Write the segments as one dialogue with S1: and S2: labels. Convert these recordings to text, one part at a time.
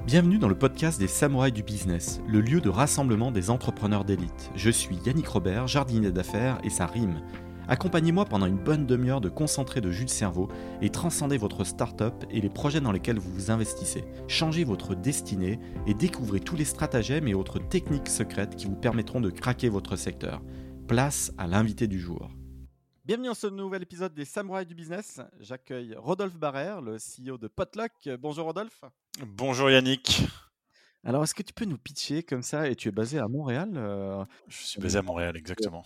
S1: Bienvenue dans le podcast des Samouraïs du Business, le lieu de rassemblement des entrepreneurs d'élite. Je suis Yannick Robert, jardinier d'affaires et ça rime. Accompagnez-moi pendant une bonne demi-heure de concentré de jus de cerveau et transcendez votre start-up et les projets dans lesquels vous vous investissez. Changez votre destinée et découvrez tous les stratagèmes et autres techniques secrètes qui vous permettront de craquer votre secteur. Place à l'invité du jour. Bienvenue dans ce nouvel épisode des Samouraïs du Business. J'accueille Rodolphe Barrère, le CEO de Potluck. Bonjour Rodolphe.
S2: Bonjour Yannick.
S1: Alors, est-ce que tu peux nous pitcher comme ça, et tu es basé à Montréal,
S2: Je suis basé à Montréal, exactement.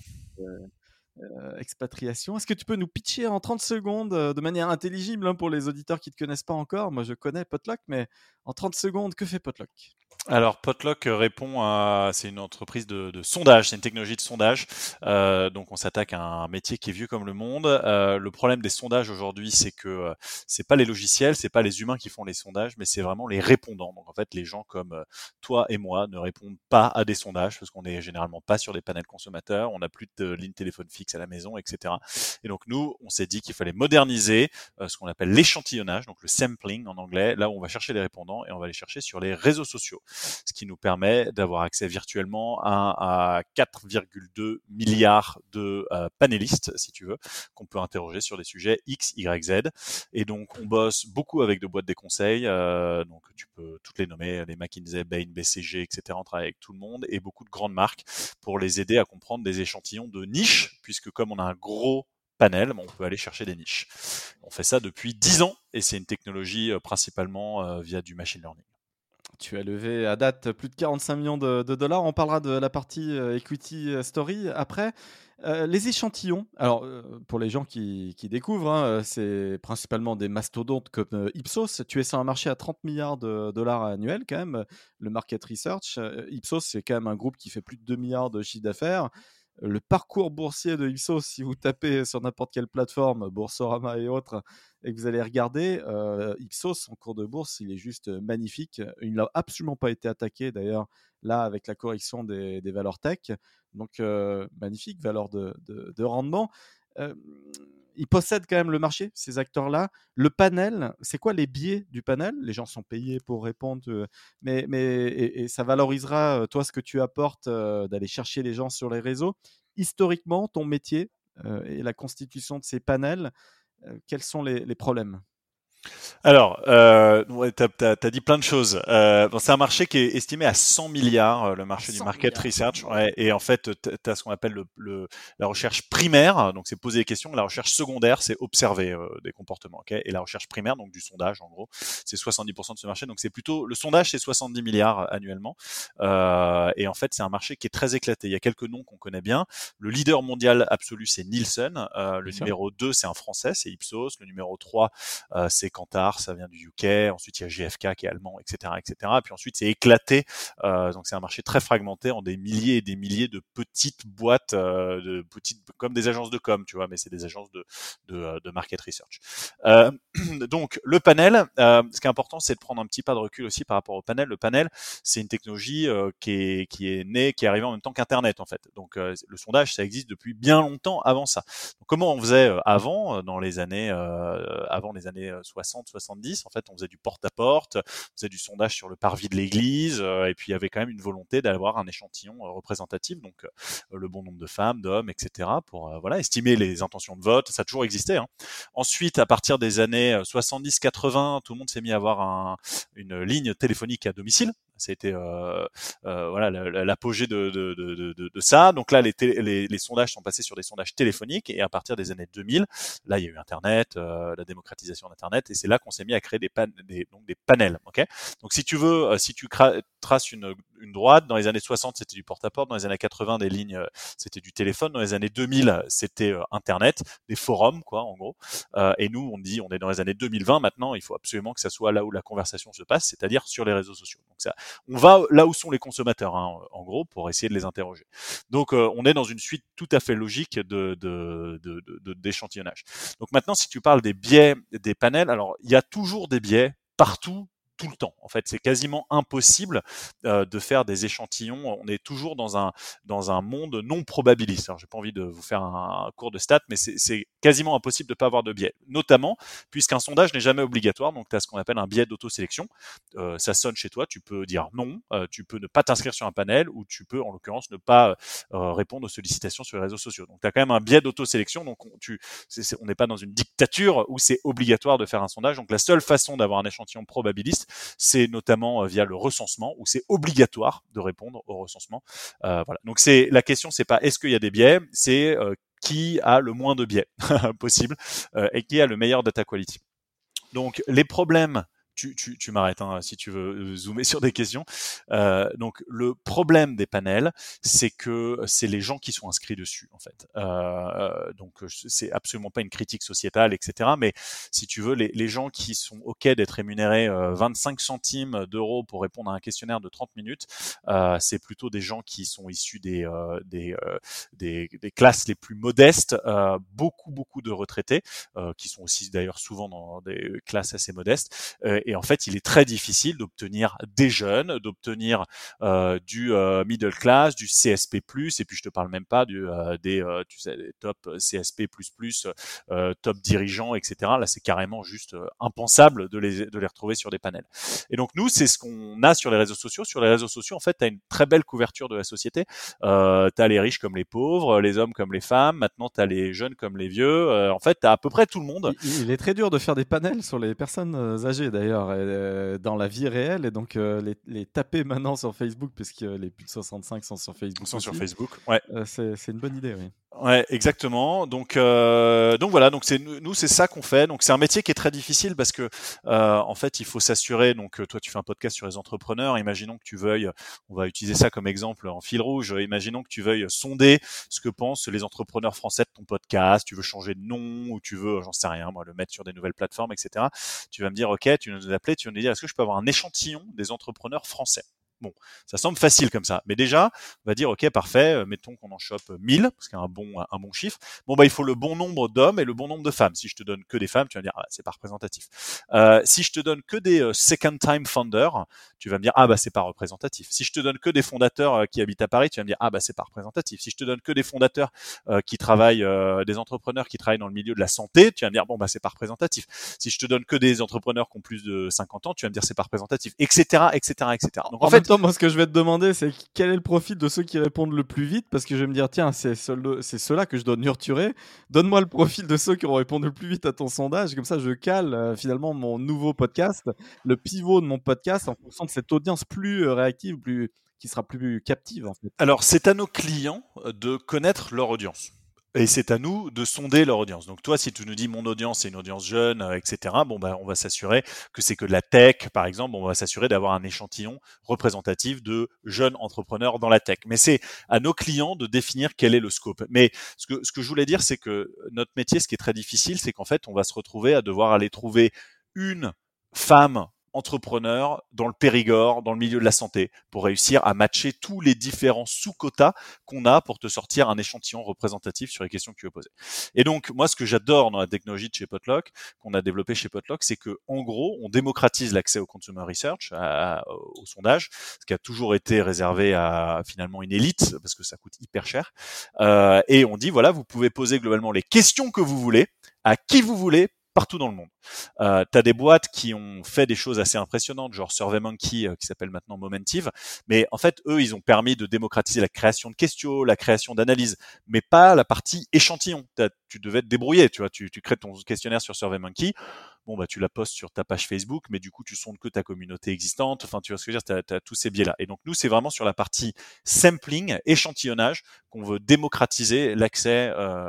S1: Expatriation. Est-ce que tu peux nous pitcher en 30 secondes, de manière intelligible pour les auditeurs qui ne te connaissent pas encore? Moi, je connais Potluck, mais en 30 secondes, que fait Potluck?
S2: Alors, Potluck répond c'est une entreprise de sondage, c'est une technologie de sondage. Donc, on s'attaque à un métier qui est vieux comme le monde. Le problème des sondages aujourd'hui, c'est que c'est pas les logiciels, c'est pas les humains qui font les sondages, mais c'est vraiment les répondants. Donc, en fait, les gens comme toi et moi ne répondent pas à des sondages parce qu'on est généralement pas sur des panels consommateurs, on n'a plus de ligne téléphone fixe à la maison, etc. Et donc, nous, on s'est dit qu'il fallait moderniser ce qu'on appelle l'échantillonnage, donc le sampling en anglais, là où on va chercher les répondants et on va les chercher sur les réseaux sociaux. Ce qui nous permet d'avoir accès virtuellement à 4,2 milliards de panélistes, si tu veux, qu'on peut interroger sur des sujets X, Y, Z. Et donc, on bosse beaucoup avec de boîtes des conseils. Donc, tu peux toutes les nommer, les McKinsey, Bain, BCG, etc. On travaille avec tout le monde et beaucoup de grandes marques pour les aider à comprendre des échantillons de niche, puisque comme on a un gros panel, on peut aller chercher des niches. On fait ça depuis 10 ans et c'est une technologie principalement via du machine learning.
S1: Tu as levé à date plus de 45 millions de dollars. On parlera de la partie equity story après. Les échantillons, alors pour les gens qui découvrent, c'est principalement des mastodontes comme Ipsos. Tu es sur un marché à 30 milliards de dollars annuels quand même, le market research. Ipsos, c'est quand même un groupe qui fait plus de 2 milliards de chiffre d'affaires. Le parcours boursier de Ipsos, si vous tapez sur n'importe quelle plateforme, Boursorama et autres, et que vous allez regarder, Ipsos en cours de bourse, il est juste magnifique. Il n'a absolument pas été attaqué d'ailleurs là avec la correction des valeurs tech. Donc magnifique valeur de rendement. Euh, Ils possèdent quand même le marché, ces acteurs-là. Le panel, c'est quoi les biais du panel? Les gens sont payés pour répondre, et ça valorisera, toi, ce que tu apportes, d'aller chercher les gens sur les réseaux. Historiquement, ton métier et la constitution de ces panels, quels sont les problèmes?
S2: Alors, ouais, t'as dit plein de choses. Bon, c'est un marché qui est estimé à 100 milliards, le marché du
S1: 100
S2: market
S1: milliards.
S2: research. Ouais, et en fait, t'as ce qu'on appelle la recherche primaire, donc c'est poser des questions. La recherche secondaire, c'est observer des comportements. Okay, et la recherche primaire, donc du sondage, en gros, c'est 70% de ce marché. Donc c'est plutôt le sondage, c'est 70 milliards annuellement. Et en fait, c'est un marché qui est très éclaté. Il y a quelques noms qu'on connaît bien. Le leader mondial absolu, c'est Nielsen. Le numéro 2, c'est un Français, c'est Ipsos. Le numéro 3, c'est Kantar, ça vient du UK. Ensuite, il y a GfK qui est allemand, etc., etc. Puis ensuite, c'est éclaté. Donc, c'est un marché très fragmenté en des milliers et des milliers de petites boîtes, comme des agences de com, tu vois, mais c'est des agences de market research. Donc, le panel, ce qui est important, c'est de prendre un petit pas de recul aussi par rapport au panel. Le panel, c'est une technologie qui est née, qui est arrivée en même temps qu'Internet, en fait. Donc, le sondage, ça existe depuis bien longtemps avant ça. Donc, comment on faisait avant, dans les années, avant les années 60, 70, en fait, on faisait du porte-à-porte, on faisait du sondage sur le parvis de l'église, et puis il y avait quand même une volonté d'avoir un échantillon représentatif, donc le bon nombre de femmes, d'hommes, etc., pour voilà, estimer les intentions de vote. Ça a toujours existé. Hein. Ensuite, à partir des années 70-80, tout le monde s'est mis à avoir une ligne téléphonique à domicile. C'était voilà l'apogée de ça. Donc là, les sondages sont passés sur des sondages téléphoniques et à partir des années 2000, là, il y a eu Internet, la démocratisation d'Internet et c'est là qu'on s'est mis à créer des panels. Okay, donc si tu veux, si tu traces une droite, dans les années 60, c'était du porte-à-porte, dans les années 80, des lignes, c'était du téléphone, dans les années 2000, c'était Internet, des forums, quoi, en gros. Et nous, on dit, on est dans les années 2020 maintenant, il faut absolument que ça soit là où la conversation se passe, c'est-à-dire sur les réseaux sociaux. Donc ça, on va là où sont les consommateurs, hein, en gros, pour essayer de les interroger. Donc, on est dans une suite tout à fait logique d'échantillonnage. Donc maintenant, si tu parles des biais des panels, alors il y a toujours des biais partout tout le temps. En fait, c'est quasiment impossible de faire des échantillons. On est toujours dans un monde non probabiliste. Alors, j'ai pas envie de vous faire un cours de stats, mais c'est quasiment impossible de ne pas avoir de biais. Notamment, puisqu'un sondage n'est jamais obligatoire, donc tu as ce qu'on appelle un biais d'autosélection. Ça sonne chez toi, tu peux dire non, tu peux ne pas t'inscrire sur un panel, ou tu peux, en l'occurrence, ne pas répondre aux sollicitations sur les réseaux sociaux. Donc, tu as quand même un biais d'autosélection, donc on n'est pas dans une dictature où c'est obligatoire de faire un sondage. Donc, la seule façon d'avoir un échantillon probabiliste, c'est notamment via le recensement, où c'est obligatoire de répondre au recensement. Voilà. Donc, la question, c'est pas est-ce qu'il y a des biais, c'est qui a le moins de biais possible et qui a le meilleur data quality. Donc, les problèmes, tu m'arrêtes si tu veux zoomer sur des questions. Donc, le problème des panels, c'est que c'est les gens qui sont inscrits dessus, en fait. Donc, c'est absolument pas une critique sociétale, etc. Mais si tu veux, les gens qui sont OK d'être rémunérés 25 centimes d'euros pour répondre à un questionnaire de 30 minutes, c'est plutôt des gens qui sont issus des classes les plus modestes, beaucoup de retraités, qui sont aussi d'ailleurs souvent dans des classes assez modestes. Et en fait, il est très difficile d'obtenir des jeunes, d'obtenir du middle class, du CSP+, et puis je te parle même pas des top CSP++, top dirigeants, etc. Là, c'est carrément juste impensable de les retrouver sur des panels. Et donc, nous, c'est ce qu'on a sur les réseaux sociaux. Sur les réseaux sociaux, en fait, tu as une très belle couverture de la société. Tu as les riches comme les pauvres, les hommes comme les femmes. Maintenant, tu as les jeunes comme les vieux. En fait, tu as à peu près tout le monde.
S1: Il est très dur de faire des panels sur les personnes âgées d'ailleurs, dans la vie réelle, et donc les taper maintenant sur Facebook, puisque les plus de 65 sont sur Facebook.
S2: Sur Facebook, ouais.
S1: C'est une bonne idée, oui.
S2: Ouais, exactement. Donc voilà. Donc nous, c'est ça qu'on fait. Donc c'est un métier qui est très difficile parce que en fait, il faut s'assurer. Donc toi, tu fais un podcast sur les entrepreneurs. Imaginons que tu veuilles, on va utiliser ça comme exemple en fil rouge. Imaginons que tu veuilles sonder ce que pensent les entrepreneurs français de ton podcast. Tu veux changer de nom, ou tu veux, j'en sais rien, moi, le mettre sur des nouvelles plateformes, etc. Tu vas me dire, ok, tu vas nous appeler, tu vas nous dire, est-ce que je peux avoir un échantillon des entrepreneurs français? Bon, ça semble facile comme ça. Mais déjà, on va dire, OK, parfait, mettons qu'on en chope 1000, parce qu'il y a un bon chiffre. Bon, bah, il faut le bon nombre d'hommes et le bon nombre de femmes. Si je te donne que des femmes, tu vas me dire, ah, c'est pas représentatif. Si je te donne que des second time founders, tu vas me dire, ah, bah, c'est pas représentatif. Si je te donne que des fondateurs qui habitent à Paris, tu vas me dire, ah, bah, c'est pas représentatif. Si je te donne que des fondateurs qui travaillent, des entrepreneurs qui travaillent dans le milieu de la santé, tu vas me dire, bon, bah, c'est pas représentatif. Si je te donne que des entrepreneurs qui ont plus de 50 ans, tu vas me dire, c'est pas représentatif, etc., etc., etc. Donc,
S1: en fait, moi, ce que je vais te demander, c'est quel est le profil de ceux qui répondent le plus vite, parce que je vais me dire, tiens, c'est ceux-là que je dois nurturer. Donne-moi le profil de ceux qui auront répondu le plus vite à ton sondage, comme ça je cale finalement mon nouveau podcast, le pivot de mon podcast, en fonction de cette audience plus réactive, qui sera plus captive, en fait.
S2: Alors, c'est à nos clients de connaître leur audience. Et c'est à nous de sonder leur audience. Donc toi, si tu nous dis mon audience, c'est une audience jeune, etc., bon, bah, on va s'assurer que c'est que de la tech, par exemple. On va s'assurer d'avoir un échantillon représentatif de jeunes entrepreneurs dans la tech. Mais c'est à nos clients de définir quel est le scope. Mais ce que je voulais dire, c'est que notre métier, ce qui est très difficile, c'est qu'en fait, on va se retrouver à devoir aller trouver une femme entrepreneur dans le Périgord, dans le milieu de la santé, pour réussir à matcher tous les différents sous-quotas qu'on a pour te sortir un échantillon représentatif sur les questions que tu veux poser. Et donc, moi, ce que j'adore dans la technologie de chez Potluck, qu'on a développé chez Potluck, c'est que, en gros, on démocratise l'accès au consumer research, au sondage, ce qui a toujours été réservé à finalement une élite, parce que ça coûte hyper cher. Et on dit, voilà, vous pouvez poser globalement les questions que vous voulez, à qui vous voulez, partout dans le monde. T'as des boîtes qui ont fait des choses assez impressionnantes, genre SurveyMonkey, qui s'appelle maintenant Momentive, mais en fait, eux, ils ont permis de démocratiser la création de questions, la création d'analyses, mais pas la partie échantillon. Tu devais te débrouiller, tu vois, tu crées ton questionnaire sur SurveyMonkey, bon, bah, tu la postes sur ta page Facebook, mais du coup, tu sondes que ta communauté existante, enfin, tu vois ce que je veux dire, t'as tous ces biais-là. Et donc, nous, c'est vraiment sur la partie sampling, échantillonnage, qu'on veut démocratiser l'accès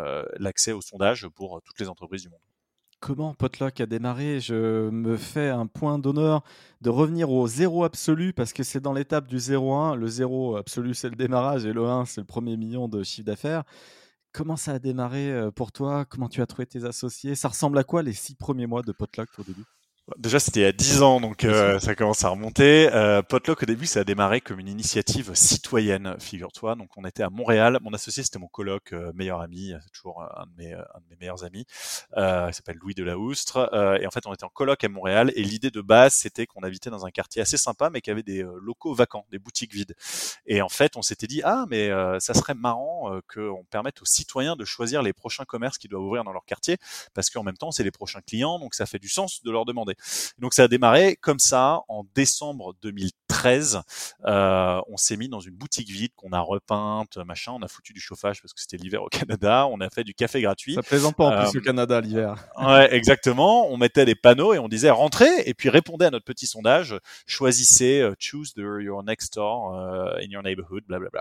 S2: au sondage pour toutes les entreprises du monde.
S1: Comment Potluck a démarré? Je me fais un point d'honneur de revenir au zéro absolu, parce que c'est dans l'étape du 0-1. Le 0 absolu, c'est le démarrage, et le 1, c'est le premier million de chiffre d'affaires. Comment ça a démarré pour toi? Comment tu as trouvé tes associés? Ça ressemble à quoi les 6 premiers mois de Potluck au début?
S2: Déjà, c'était il y a 10 ans, donc
S1: Bien sûr.
S2: ça commence à remonter. Potluck, au début, ça a démarré comme une initiative citoyenne, figure-toi. Donc, on était à Montréal. Mon associé, c'était mon coloc, meilleur ami, c'est toujours un de mes meilleurs amis. Il s'appelle Louis Delahoustre. Et en fait, on était en coloc à Montréal. Et l'idée de base, c'était qu'on habitait dans un quartier assez sympa, mais qui avait des locaux vacants, des boutiques vides. Et en fait, on s'était dit, ah, mais ça serait marrant qu'on permette aux citoyens de choisir les prochains commerces qui doivent ouvrir dans leur quartier, parce qu'en même temps, c'est les prochains clients, donc ça fait du sens de leur demander. Donc ça a démarré comme ça en décembre 2013. On s'est mis dans une boutique vide qu'on a repeinte, machin. On a foutu du chauffage parce que c'était l'hiver au Canada. On a fait du café gratuit.
S1: Ça plaisante pas en
S2: Euh,
S1: plus au Canada l'hiver.
S2: Ouais, exactement. On mettait des panneaux et on disait rentrez et puis répondez à notre petit sondage. Choisissez choose your next store in your neighborhood, blablabla.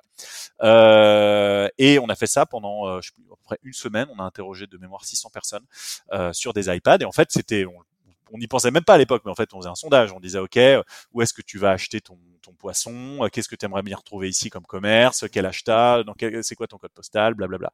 S2: Et on a fait ça pendant je sais plus, à peu près une semaine. On a interrogé de mémoire 600 personnes sur des iPads et en fait c'était on n'y pensait même pas à l'époque, mais en fait, on faisait un sondage. On disait, OK, où est-ce que tu vas acheter ton poisson? Qu'est-ce que tu aimerais bien retrouver ici comme commerce? Quel achat? C'est quoi ton code postal? Blablabla.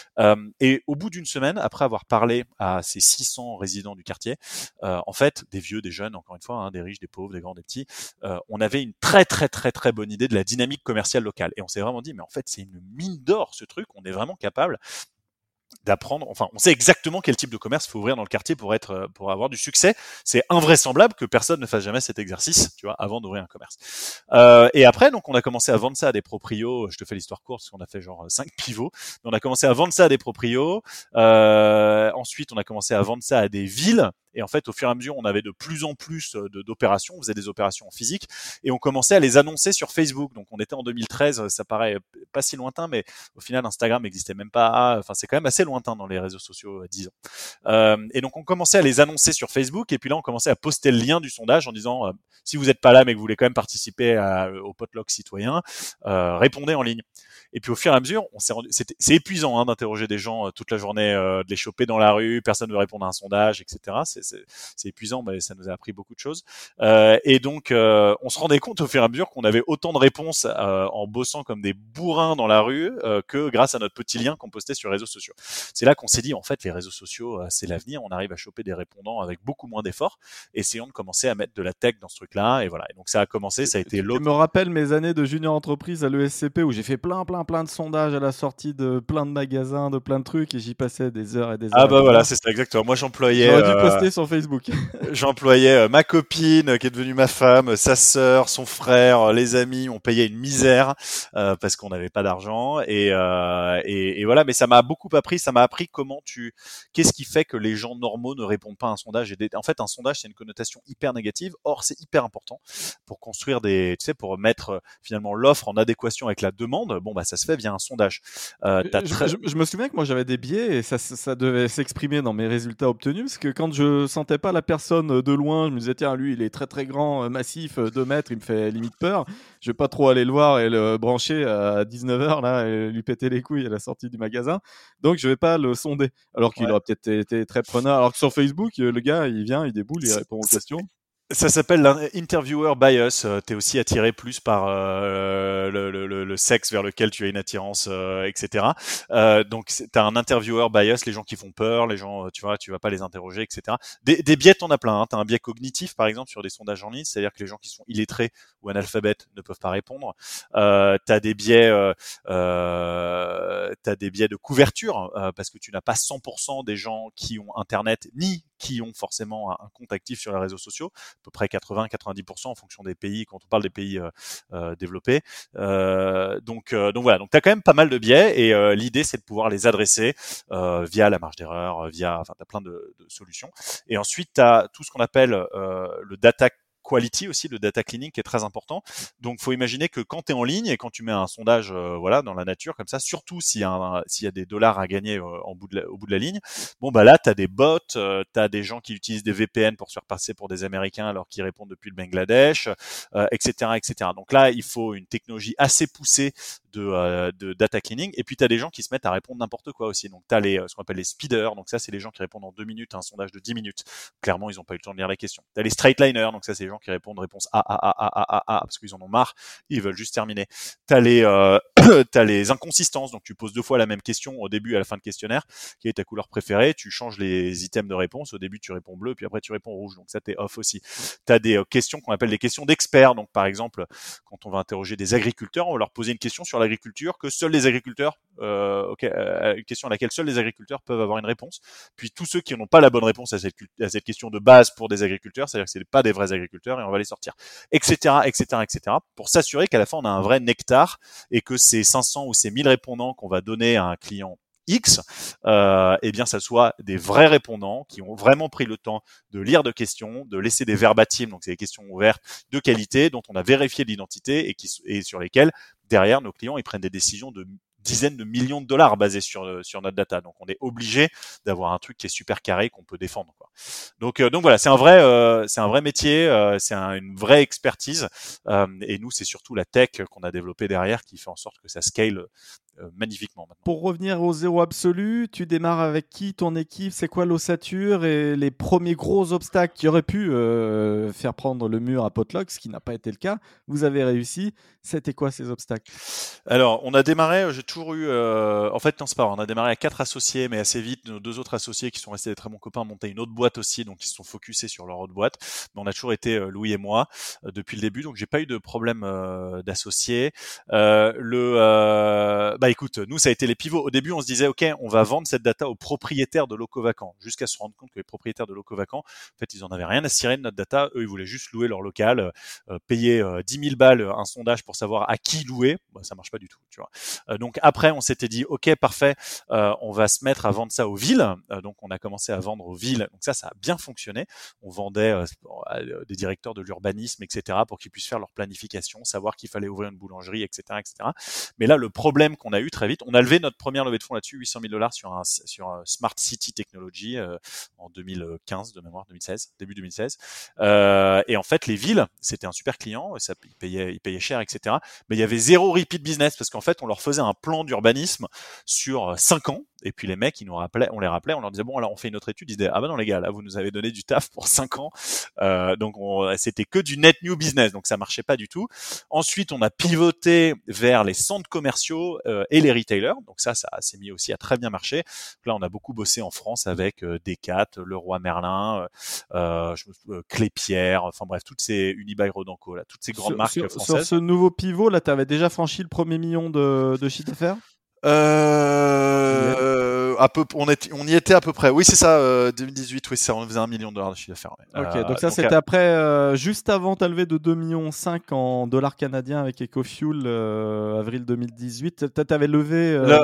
S2: Et au bout d'une semaine, après avoir parlé à ces 600 résidents du quartier, en fait, des vieux, des jeunes, encore une fois, hein, des riches, des pauvres, des grands, des petits, on avait une très, très, très, très bonne idée de la dynamique commerciale locale. Et on s'est vraiment dit, mais en fait, c'est une mine d'or, ce truc. On est vraiment capable d'apprendre, enfin, on sait exactement quel type de commerce faut ouvrir dans le quartier pour avoir du succès. C'est invraisemblable que personne ne fasse jamais cet exercice, tu vois, avant d'ouvrir un commerce. Et après, donc, on a commencé à vendre ça à des proprios. Je te fais l'histoire courte parce qu'on a fait genre 5 pivots. Mais on a commencé à vendre ça à des proprios. Ensuite, on a commencé à vendre ça à des villes. Et en fait, au fur et à mesure, on avait de plus en plus d'opérations. On faisait des opérations en physique et on commençait à les annoncer sur Facebook. Donc, on était en 2013. Ça paraît pas si lointain, mais au final, Instagram n'existait même pas. Enfin, c'est quand même assez lointain dans les réseaux sociaux à 10 ans. Et donc, on commençait à les annoncer sur Facebook. Et puis là, on commençait à poster le lien du sondage en disant si vous n'êtes pas là, mais que vous voulez quand même participer au potluck citoyen, répondez en ligne. Et puis au fur et à mesure, on s'est rendu, c'est épuisant hein, d'interroger des gens toute la journée, de les choper dans la rue, personne ne veut répondre à un sondage, etc. C'est épuisant, mais ça nous a appris beaucoup de choses. Et donc, on se rendait compte au fur et à mesure qu'on avait autant de réponses en bossant comme des bourrins dans la rue que grâce à notre petit lien qu'on postait sur les réseaux sociaux. C'est là qu'on s'est dit, en fait, les réseaux sociaux, c'est l'avenir. On arrive à choper des répondants avec beaucoup moins d'efforts. Essayons de commencer à mettre de la tech dans ce truc-là. Et voilà. Et donc, ça a commencé, ça a été
S1: Tu
S2: l'autre.
S1: me rappelles mes années de junior entreprise à l'ESCP où j'ai fait plein de sondages à la sortie de plein de magasins, de plein de trucs et j'y passais des heures et des
S2: Ah
S1: heures et
S2: bah
S1: des
S2: voilà,
S1: heures.
S2: c'est ça exactement. Moi, j'employais
S1: J'aurais dû poster sur Facebook.
S2: ma copine qui est devenue ma femme, sa sœur, son frère, les amis. On payait une misère parce qu'on n'avait pas d'argent et voilà. Mais ça m'a beaucoup appris. Ça m'a appris qu'est-ce qui fait que les gens normaux ne répondent pas à un sondage. En fait, un sondage c'est une connotation hyper négative. Or, c'est hyper important pour construire pour mettre finalement l'offre en adéquation avec la demande. Bon bah ça se fait via un sondage.
S1: Je me souviens que moi j'avais des biais et ça devait s'exprimer dans mes résultats obtenus parce que quand je sentais pas la personne de loin, je me disais tiens lui il est très très grand, massif, 2 mètres, il me fait limite peur. Je vais pas trop aller le voir et le brancher à 19h là et lui péter les couilles à la sortie du magasin. Donc je vais pas le sonder. Alors qu'il
S2: Ouais.
S1: aurait peut-être été très preneur. Alors que sur Facebook, le gars il vient, il déboule, il répond aux questions.
S2: Ça s'appelle l'interviewer bias. Tu es aussi attiré plus par le sexe vers lequel tu as une attirance, etc. Donc, tu as un interviewer bias, les gens qui font peur, les gens, tu vois, tu vas pas les interroger, etc. Des biais, t'en as plein. Hein. Tu as un biais cognitif, par exemple, sur des sondages en ligne, c'est-à-dire que les gens qui sont illettrés ou analphabètes ne peuvent pas répondre. Tu as des biais, t'as des biais de couverture, parce que tu n'as pas 100% des gens qui ont Internet, ni qui ont forcément un compte actif sur les réseaux sociaux, à peu près 80-90% en fonction des pays, quand on parle des pays développés. Donc voilà, donc tu as quand même pas mal de biais et l'idée c'est de pouvoir les adresser via la marge d'erreur, enfin tu as plein de solutions. Et ensuite tu as tout ce qu'on appelle le data quality aussi, le data cleaning qui est très important. Donc, faut imaginer que quand tu es en ligne et quand tu mets un sondage voilà, dans la nature comme ça, surtout s'il y a des dollars à gagner au bout de la ligne, bon, bah là, tu as des bots, tu as des gens qui utilisent des VPN pour se faire passer pour des Américains alors qu'ils répondent depuis le Bangladesh, etc., etc. Donc là, il faut une technologie assez poussée de data cleaning. Et puis tu as des gens qui se mettent à répondre n'importe quoi aussi. Donc tu as ce qu'on appelle les speeders. Donc ça, c'est les gens qui répondent en 2 minutes à un sondage de 10 minutes. Clairement, ils n'ont pas eu le temps de lire la question. Tu as les straight liners. Donc ça, c'est les gens qui répondent réponse A, parce qu'ils en ont marre. Ils veulent juste terminer. Tu as t'as les inconsistances. Donc tu poses 2 fois la même question au début et à la fin de questionnaire. Quelle est ta couleur préférée? Tu changes les items de réponse. Au début, tu réponds bleu, puis après, tu réponds rouge. Donc ça, t'es off aussi. Tu as des questions qu'on appelle des questions d'experts. Donc par exemple, quand on va interroger des agriculteurs, on va leur poser une question sur l'agriculture que seuls les agriculteurs, une question à laquelle seuls les agriculteurs peuvent avoir une réponse. Puis tous ceux qui n'ont pas la bonne réponse à cette question de base pour des agriculteurs, c'est-à-dire que c'est pas des vrais agriculteurs, et on va les sortir, etc., pour s'assurer qu'à la fin on a un vrai nectar et que ces 500 ou ces 1000 répondants qu'on va donner à un client X, eh bien, ça soit des vrais répondants qui ont vraiment pris le temps de lire de questions, de laisser des verbatims, donc c'est des questions ouvertes de qualité dont on a vérifié l'identité et sur lesquelles derrière nos clients ils prennent des décisions de dizaines de millions de dollars basés sur notre data. Donc on est obligé d'avoir un truc qui est super carré qu'on peut défendre, quoi. Donc voilà, c'est un vrai métier, une vraie expertise. Et nous, c'est surtout la tech qu'on a développée derrière qui fait en sorte que ça scale magnifiquement maintenant.
S1: Pour revenir au zéro absolu, tu démarres avec qui, ton équipe, c'est quoi l'ossature et les premiers gros obstacles qui auraient pu faire prendre le mur à Potluck, ce qui n'a pas été le cas. Vous avez réussi. C'était quoi ces obstacles?
S2: Alors, on a démarré, j'ai toujours eu... en fait, non, c'est pas vrai, on a démarré à 4 associés, mais assez vite, nos 2 autres associés qui sont restés des très bons copains ont monté une autre boîte aussi, donc ils se sont focusés sur leur autre boîte. Mais on a toujours été, Louis et moi, depuis le début, donc j'ai pas eu de problème d'associés. Bah écoute, nous, ça a été les pivots. Au début, on se disait, OK, on va vendre cette data aux propriétaires de locaux vacants, jusqu'à se rendre compte que les propriétaires de locaux vacants, en fait, ils en avaient rien à cirer de notre data. Eux, ils voulaient juste louer leur local, payer 10 000 balles un sondage pour savoir à qui louer. Bah, ça marche pas du tout, tu vois. Donc après, on s'était dit, OK, parfait, on va se mettre à vendre ça aux villes. Donc on a commencé à vendre aux villes. Donc ça a bien fonctionné. On vendait à des directeurs de l'urbanisme, etc., pour qu'ils puissent faire leur planification, savoir qu'il fallait ouvrir une boulangerie, etc. Mais là, le problème qu'on a eu très vite, on a levé notre première levée de fonds là-dessus, 800 000 $ sur un Smart City Technology en 2015 de mémoire, 2016, début 2016. Et en fait, les villes, c'était un super client, ils payaient cher, etc. Mais il y avait zéro repeat business parce qu'en fait, on leur faisait un plan d'urbanisme sur 5 ans. Et puis les mecs, on les rappelait, on leur disait bon, alors on fait une autre étude. Ils disaient ah ben non les gars, là vous nous avez donné du taf pour 5 ans. Donc c'était que du net new business, donc ça marchait pas du tout. Ensuite, on a pivoté vers les centres commerciaux et les retailers. Donc ça s'est mis aussi à très bien marcher. Donc là, on a beaucoup bossé en France avec Decat, Leroy Merlin, Clépierre, enfin bref, toutes ces Unibail Rodamco, là, toutes ces grandes marques françaises.
S1: Sur ce nouveau pivot, là, tu avais déjà franchi le premier million de chiffre d'affaires?
S2: On y était à peu près. Oui, c'est ça, 2018, oui, ça, on faisait $1 million de chiffre d'affaires. Ouais.
S1: Ok, donc ça c'était après, juste avant ta levée de 2,5 millions en dollars canadiens avec EcoFuel, avril 2018. Tu avais levé
S2: en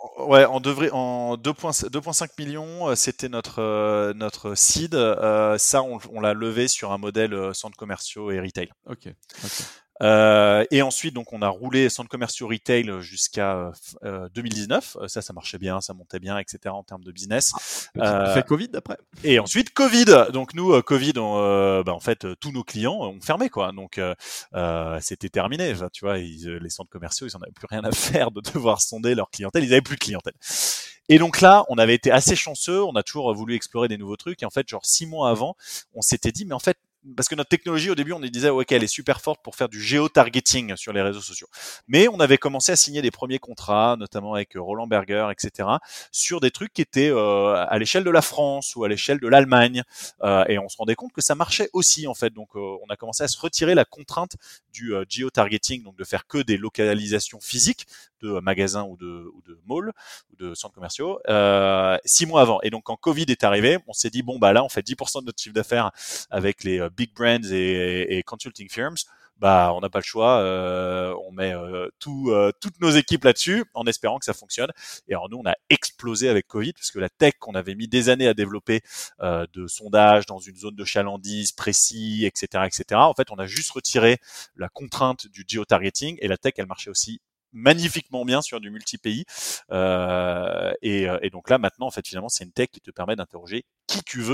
S2: 2,5 millions, c'était notre seed. Ça, on l'a levé sur un modèle centres commerciaux et retail.
S1: Ok.
S2: Et ensuite, donc, on a roulé centres commerciaux retail jusqu'à 2019. Ça marchait bien, ça montait bien, etc. en termes de business.
S1: Fait Covid après.
S2: Et ensuite, Covid. Donc, nous, Covid, en fait, tous nos clients ont fermé, quoi. Donc, c'était terminé. Enfin, tu vois, les centres commerciaux, ils en avaient plus rien à faire de devoir sonder leur clientèle. Ils avaient plus de clientèle. Et donc là, on avait été assez chanceux. On a toujours voulu explorer des nouveaux trucs. Et en fait, genre 6 mois avant, on s'était dit, mais en fait, parce que notre technologie, au début, on disait, OK, elle est super forte pour faire du géotargeting sur les réseaux sociaux. Mais on avait commencé à signer des premiers contrats, notamment avec Roland Berger, etc., sur des trucs qui étaient à l'échelle de la France ou à l'échelle de l'Allemagne. Et on se rendait compte que ça marchait aussi, en fait. Donc, on a commencé à se retirer la contrainte du géotargeting, donc de faire que des localisations physiques de magasins ou de malls ou de centres commerciaux 6 mois avant. Et donc, quand Covid est arrivé, on s'est dit, bon, bah là, on fait 10% de notre chiffre d'affaires avec les big brands et consulting firms. Bah, on n'a pas le choix. On met toutes nos équipes là-dessus en espérant que ça fonctionne. Et alors, nous, on a explosé avec Covid parce que la tech qu'on avait mis des années à développer de sondage dans une zone de chalandise précis, etc., en fait, on a juste retiré la contrainte du geotargeting et la tech, elle marchait aussi magnifiquement bien sur du multi-pays. Et donc là, maintenant, en fait, finalement, c'est une tech qui te permet d'interroger qui tu veux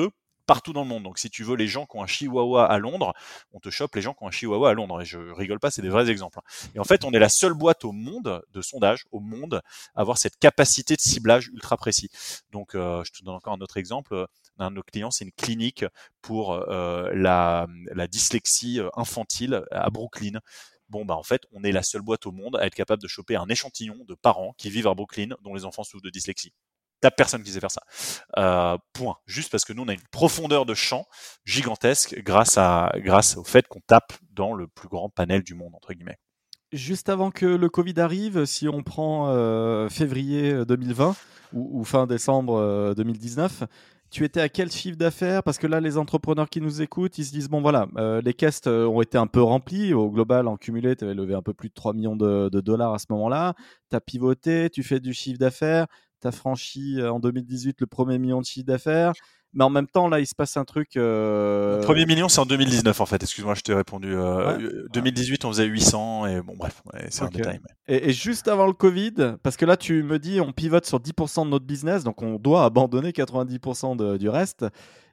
S2: partout dans le monde. Donc si tu veux les gens qui ont un chihuahua à Londres, on te chope les gens qui ont un chihuahua à Londres. Et je rigole pas, c'est des vrais exemples. Et en fait, on est la seule boîte au monde de sondage, au monde, à avoir cette capacité de ciblage ultra précis. Donc je te donne encore un autre exemple. Un de nos clients, c'est une clinique pour la dyslexie infantile à Brooklyn. Bon, bah en fait, on est la seule boîte au monde à être capable de choper un échantillon de parents qui vivent à Brooklyn dont les enfants souffrent de dyslexie. T'as personne qui sait faire ça. Point. Juste parce que nous, on a une profondeur de champ gigantesque grâce au fait qu'on tape dans le plus grand panel du monde, entre guillemets.
S1: Juste avant que le Covid arrive, si on prend février 2020 ou fin décembre 2019, tu étais à quel chiffre d'affaires? Parce que là, les entrepreneurs qui nous écoutent, ils se disent, bon voilà, les caisses ont été un peu remplies. Au global, en cumulé, tu avais levé un peu plus de 3 millions de dollars à ce moment-là. Tu as pivoté, tu fais du chiffre d'affaires, tu as franchi en 2018 le premier million de chiffre d'affaires. Mais en même temps, là, il se passe un truc.
S2: Le premier million, c'est en 2019, en fait. Excuse-moi, je t'ai répondu.
S1: Ouais.
S2: 2018, on faisait 800, et bon, bref, ouais, c'est un
S1: Ok.
S2: détail.
S1: Et juste avant le Covid, parce que là, tu me dis, on pivote sur 10% de notre business, donc on doit abandonner 90% du reste.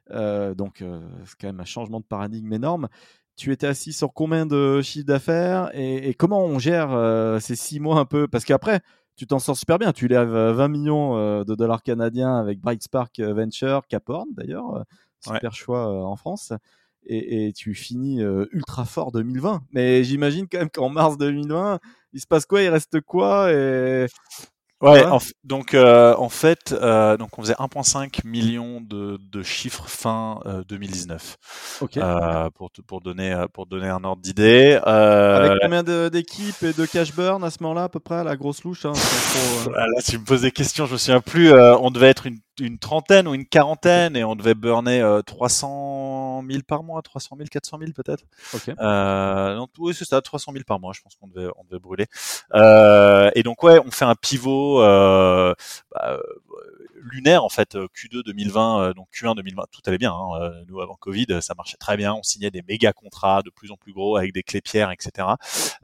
S1: C'est quand même un changement de paradigme énorme. Tu étais assis sur combien de chiffre d'affaires et comment on gère ces 6 mois un peu? Parce qu'après, tu t'en sors super bien. Tu lèves 20 millions de dollars canadiens avec Brightspark Venture, Caporn d'ailleurs,
S2: Ouais.
S1: super choix en France. Et tu finis ultra fort 2020. Mais j'imagine quand même qu'en mars 2020, il se passe quoi? Il reste quoi? Et
S2: Ouais,
S1: voilà.
S2: en fait, donc on faisait 1,5 million de chiffres fin 2019.
S1: Ok.
S2: Pour donner un ordre d'idée.
S1: Avec combien d'équipes et de cash burn à ce moment-là, à peu près, à la grosse louche, hein, sans trop,
S2: Là, tu me poses des questions, je me souviens plus. On devait être une trentaine ou une
S1: Ok.
S2: quarantaine et on devait burner 300 000 par mois, 300 000, 400 000 peut-être.
S1: Ok.
S2: Donc, oui, c'est ça, 300 000 par mois, je pense on devait brûler. Et donc, ouais, on fait un pivot bah, lunaire, en fait, Q2 2020, donc Q1 2020, tout allait bien. Hein. Nous, avant Covid, ça marchait très bien. On signait des méga contrats de plus en plus gros avec des clés pierres, etc.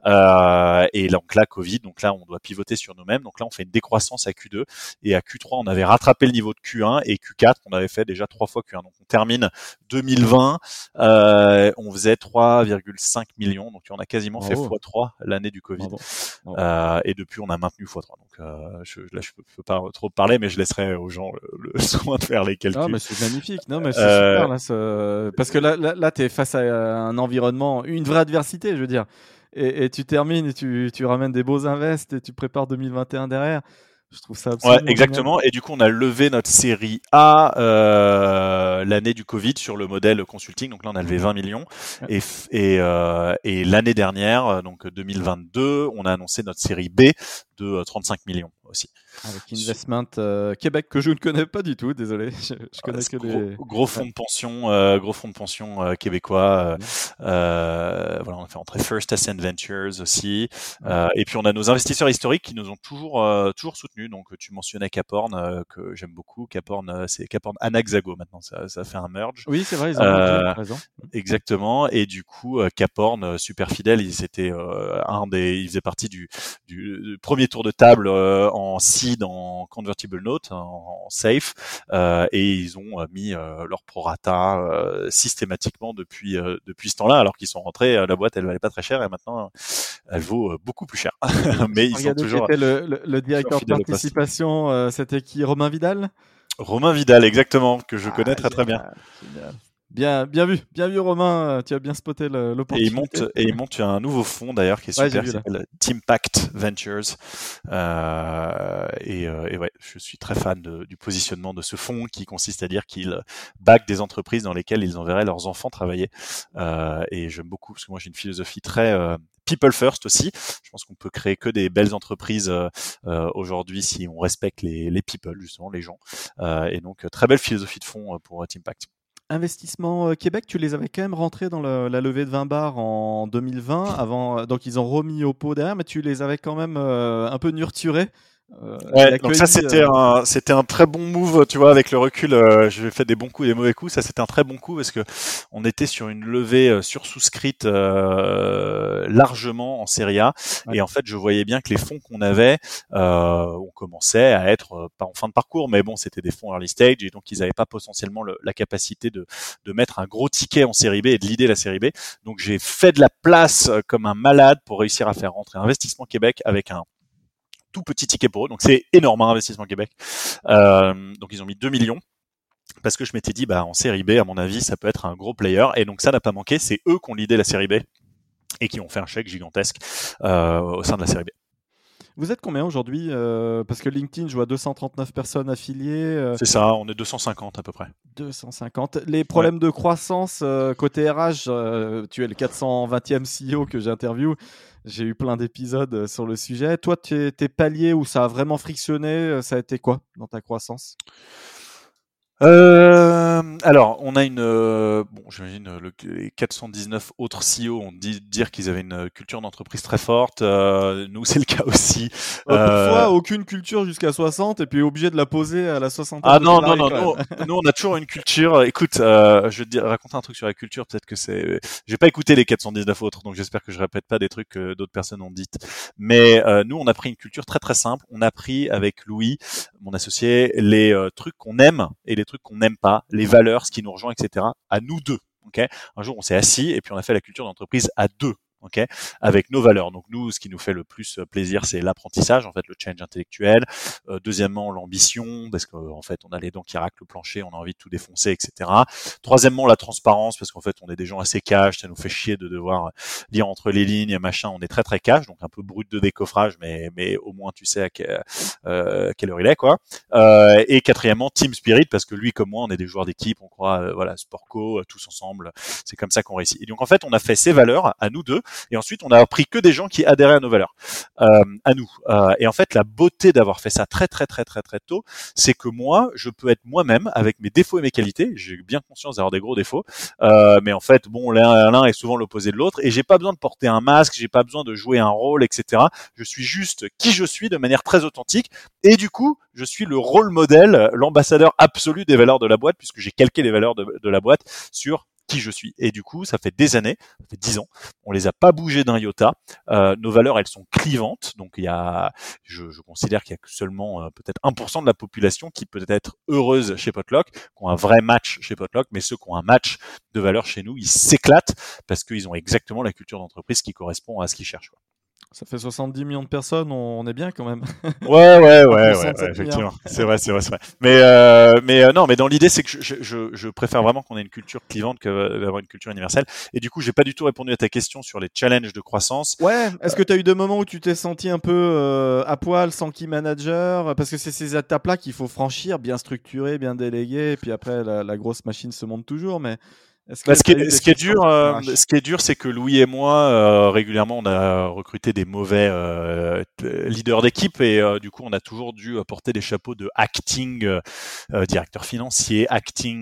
S2: Et donc là, Covid, donc là, on doit pivoter sur nous-mêmes. Donc là, on fait une décroissance à Q2 et à Q3, on avait rattrapé le niveau de Q1 et Q4, on avait fait déjà 3 fois Q1. Donc on termine 2020, on faisait 3,5 millions. Donc on a quasiment fait
S1: Bravo.
S2: x3 l'année du Covid.
S1: Bravo. Bravo.
S2: Et depuis, on a maintenu x3. Donc là, je peux pas trop parler, mais je laisserai aux gens le soin de faire les
S1: Ah, mais
S2: calculs.
S1: c'est magnifique. Non, mais c'est
S2: Euh,
S1: super. Là, parce que là, tu es face à un environnement, une vraie adversité, je veux dire. Et tu termines et tu ramènes des beaux invests et tu prépares 2021 derrière. Je trouve ça
S2: Ouais,
S1: absolument génial.
S2: exactement. Et du coup, on a levé notre série A l'année du Covid sur le modèle consulting. Donc là, on a levé 20 millions.
S1: Ouais.
S2: Et l'année dernière, donc 2022, on a annoncé notre série B de 35 millions aussi.
S1: Avec Investment Québec que je ne connais pas du tout, désolé. Je connais que les.
S2: Gros
S1: Ouais.
S2: fonds de pension, québécois.
S1: Bien.
S2: Voilà, on a fait entrer First Ascent Ventures aussi.
S1: Ouais.
S2: Et puis on a nos investisseurs historiques qui nous ont toujours soutenus. Donc tu mentionnais Caporn que j'aime beaucoup. Caporn, c'est Caporn Anaxago maintenant. Ça fait un merge.
S1: Oui, c'est vrai, ils ont mergé,
S2: Euh,
S1: t'as raison.
S2: Exactement. Et du coup, Caporn, super fidèle, il faisait partie du premier tour de table en seed, en convertible note, en safe, et ils ont mis leur prorata systématiquement depuis ce temps-là, alors qu'ils sont rentrés. La boîte, elle valait pas très cher, et maintenant, elle vaut beaucoup plus cher.
S1: Je
S2: Mais ils sont
S1: regardais qui
S2: toujours
S1: était le directeur de
S2: fidèles au poste.
S1: participation, c'était qui? Romain Vidal?
S2: Romain Vidal, exactement, que je connais
S1: Ah,
S2: très très bien.
S1: génial, génial. Bien vu Romain, tu as bien spoté l'opportunité.
S2: Et il monte un nouveau fonds d'ailleurs qui est
S1: Ouais, j'ai
S2: super,
S1: vu
S2: qui
S1: là.
S2: s'appelle Teampact Ventures. Et ouais, je suis très fan du positionnement de ce fonds qui consiste à dire qu'il back des entreprises dans lesquelles ils enverraient leurs enfants travailler. Et j'aime beaucoup parce que moi j'ai une philosophie très people first aussi. Je pense qu'on peut créer que des belles entreprises aujourd'hui si on respecte les people, justement les gens. Et donc très belle philosophie de fonds pour Teampact.
S1: Investissement Québec, tu les avais quand même rentrés dans la levée de 20 bars en 2020 avant, donc ils ont remis au pot derrière, mais tu les avais quand même un peu nurturés et
S2: Ouais, donc ça
S1: accueilli.
S2: c'était un très bon move, tu vois, avec le recul. J'ai fait des bons coups et des mauvais coups. Ça c'était un très bon coup parce que on était sur une levée sursouscrite largement en Serie A
S1: Ouais.
S2: et en fait je voyais bien que les fonds qu'on avait, on commençait à être pas en fin de parcours, mais bon c'était des fonds early stage et donc ils n'avaient pas potentiellement la capacité de mettre un gros ticket en Série B et de leader la Série B. Donc j'ai fait de la place comme un malade pour réussir à faire rentrer Investissement Québec avec un tout petit ticket pour eux. Donc c'est énorme, hein, Investissement Québec. Donc ils ont mis 2 millions parce que je m'étais dit, bah en série B, à mon avis, ça peut être un gros player. Et donc ça n'a pas manqué. C'est eux qui ont l'idée la série B et qui ont fait un chèque gigantesque au sein de la série B.
S1: Vous êtes combien aujourd'hui parce que LinkedIn, je vois 239 personnes affiliées,
S2: C'est ça, on est 250 à peu près.
S1: 250. Les
S2: Ouais.
S1: problèmes de croissance côté RH, tu es le 420e CEO que j'interviewe. J'ai eu plein d'épisodes sur le sujet. Toi, tes paliers où ça a vraiment frictionné, ça a été quoi dans ta croissance?
S2: Alors, on a bon, j'imagine les 419 autres CEO ont dit dire qu'ils avaient une culture d'entreprise très forte. Nous, c'est le cas aussi. Euh,
S1: Toutefois, aucune culture jusqu'à 60 et puis obligé de la poser à la soixantaine
S2: Ah
S1: de
S2: non, non,
S1: salariés
S2: non,
S1: quand même.
S2: nous on a toujours une culture. Écoute, je vais te dire, raconter un truc sur la culture, peut-être que c'est. J'ai pas écouté les 419 autres, donc j'espère que je répète pas des trucs que d'autres personnes ont dites. Mais nous, on a pris une culture très très simple. On a pris avec Louis, mon associé, les trucs qu'on aime et les trucs qu'on n'aime pas, les valeurs, ce qui nous rejoint, etc. À nous deux. Ok. Un jour, on s'est assis et puis on a fait la culture d'entreprise à deux. Okay, avec nos valeurs. Donc nous, ce qui nous fait le plus plaisir, c'est l'apprentissage, en fait, le change intellectuel. Deuxièmement, l'ambition, parce qu'en fait, on a les dents qui raclent le plancher, on a envie de tout défoncer, etc. Troisièmement, la transparence, parce qu'en fait, on est des gens assez cash, ça nous fait chier de devoir lire entre les lignes, machin. On est très très cash, donc un peu brut de décoffrage, mais au moins tu sais à quelle heure il est, quoi. Et quatrièmement, team spirit, parce que lui comme moi, on est des joueurs d'équipe, on croit, voilà, sport co, tous ensemble. C'est comme ça qu'on réussit. Et donc en fait, on a fait ces valeurs à nous deux. Et ensuite, on a appris que des gens qui adhéraient à nos valeurs, à nous. Et en fait, la beauté d'avoir fait ça très très très très très tôt, c'est que moi, je peux être moi-même avec mes défauts et mes qualités. J'ai bien conscience d'avoir des gros défauts, mais en fait, bon, l'un est souvent l'opposé de l'autre. Et j'ai pas besoin de porter un masque, j'ai pas besoin de jouer un rôle, etc. Je suis juste qui je suis de manière très authentique. Et du coup, je suis le rôle modèle, l'ambassadeur absolu des valeurs de la boîte, puisque j'ai calqué les valeurs de la boîte sur qui je suis. Et du coup, ça fait des années, ça fait 10 ans, on les a pas bougés d'un iota. Nos valeurs, elles sont clivantes. Donc, je considère qu'il y a que seulement peut-être 1% de la population qui peut être heureuse chez Potluck, qui ont un vrai match chez Potluck, mais ceux qui ont un match de valeurs chez nous, ils s'éclatent parce qu'ils ont exactement la culture d'entreprise qui correspond à ce qu'ils cherchent, quoi.
S1: Ça fait 70 millions de personnes, on est bien quand même.
S2: Ouais,
S1: 1% de 7 milliards.
S2: effectivement. C'est vrai, c'est vrai, c'est vrai. Non, mais dans l'idée, c'est que je préfère vraiment qu'on ait une culture clivante que d'avoir une culture universelle. Et du coup, j'ai pas du tout répondu à ta question sur les challenges de croissance.
S1: Ouais, est-ce que tu as eu des moments où tu t'es senti un peu à poil, sans key manager? Parce que c'est ces étapes-là qu'il faut franchir, bien structuré, bien délégué, et puis après, la grosse machine se monte toujours. Mais est-ce
S2: Bah,
S1: que tu as eu des frictions RH?
S2: ce qui est dur, c'est que Louis et moi, régulièrement, on a recruté des mauvais leaders d'équipe et du coup, on a toujours dû porter des chapeaux de acting directeur financier, acting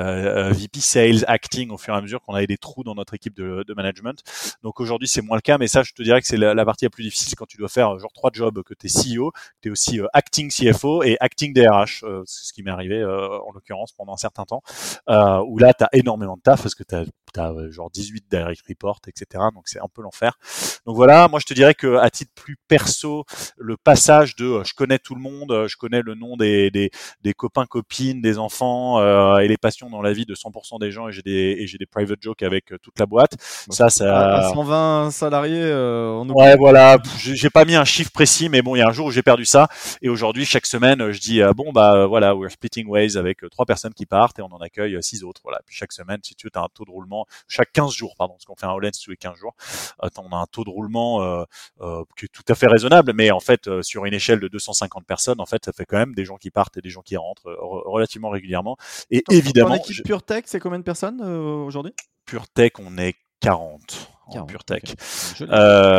S2: VP sales, acting au fur et à mesure qu'on avait des trous dans notre équipe de management. Donc aujourd'hui, c'est moins le cas, mais ça, je te dirais que c'est la partie la plus difficile quand tu dois faire genre 3 jobs, que tu es CEO, que tu es aussi acting CFO et acting DRH. C'est ce qui m'est arrivé en l'occurrence pendant un certain temps, où là, tu as énormément de taf parce que tu as genre 18 direct reports, etc. Donc c'est un peu l'enfer. Donc voilà, moi je te dirais que à titre plus perso, le passage de je connais tout le monde, je connais le nom des copains copines, des enfants et les passions dans la vie de 100% des gens et j'ai des private jokes avec toute la boîte.
S1: Bon, à
S2: Ça
S1: 120 salariés, on
S2: Ouais,
S1: oublie.
S2: voilà. J'ai pas mis un chiffre précis, mais bon, il y a un jour où j'ai perdu ça. Et aujourd'hui, chaque semaine, je dis bon bah voilà, we're splitting ways avec 3 personnes qui partent et on en accueille 6 autres. Voilà. Puis chaque semaine, si tu veux, t'as un taux de roulement chaque 15 jours, pardon, parce qu'on fait un all tous les 15 jours. On a un taux de roulement qui est tout à fait raisonnable, mais en fait, sur une échelle de 250 personnes, en fait, ça fait quand même des gens qui partent et des gens qui rentrent relativement régulièrement. Et
S1: Ton
S2: évidemment,
S1: équipe Pure Tech, c'est combien de personnes aujourd'hui?
S2: Pure Tech, on est 40 en
S1: 40,
S2: Pure Tech.
S1: ok. Joli.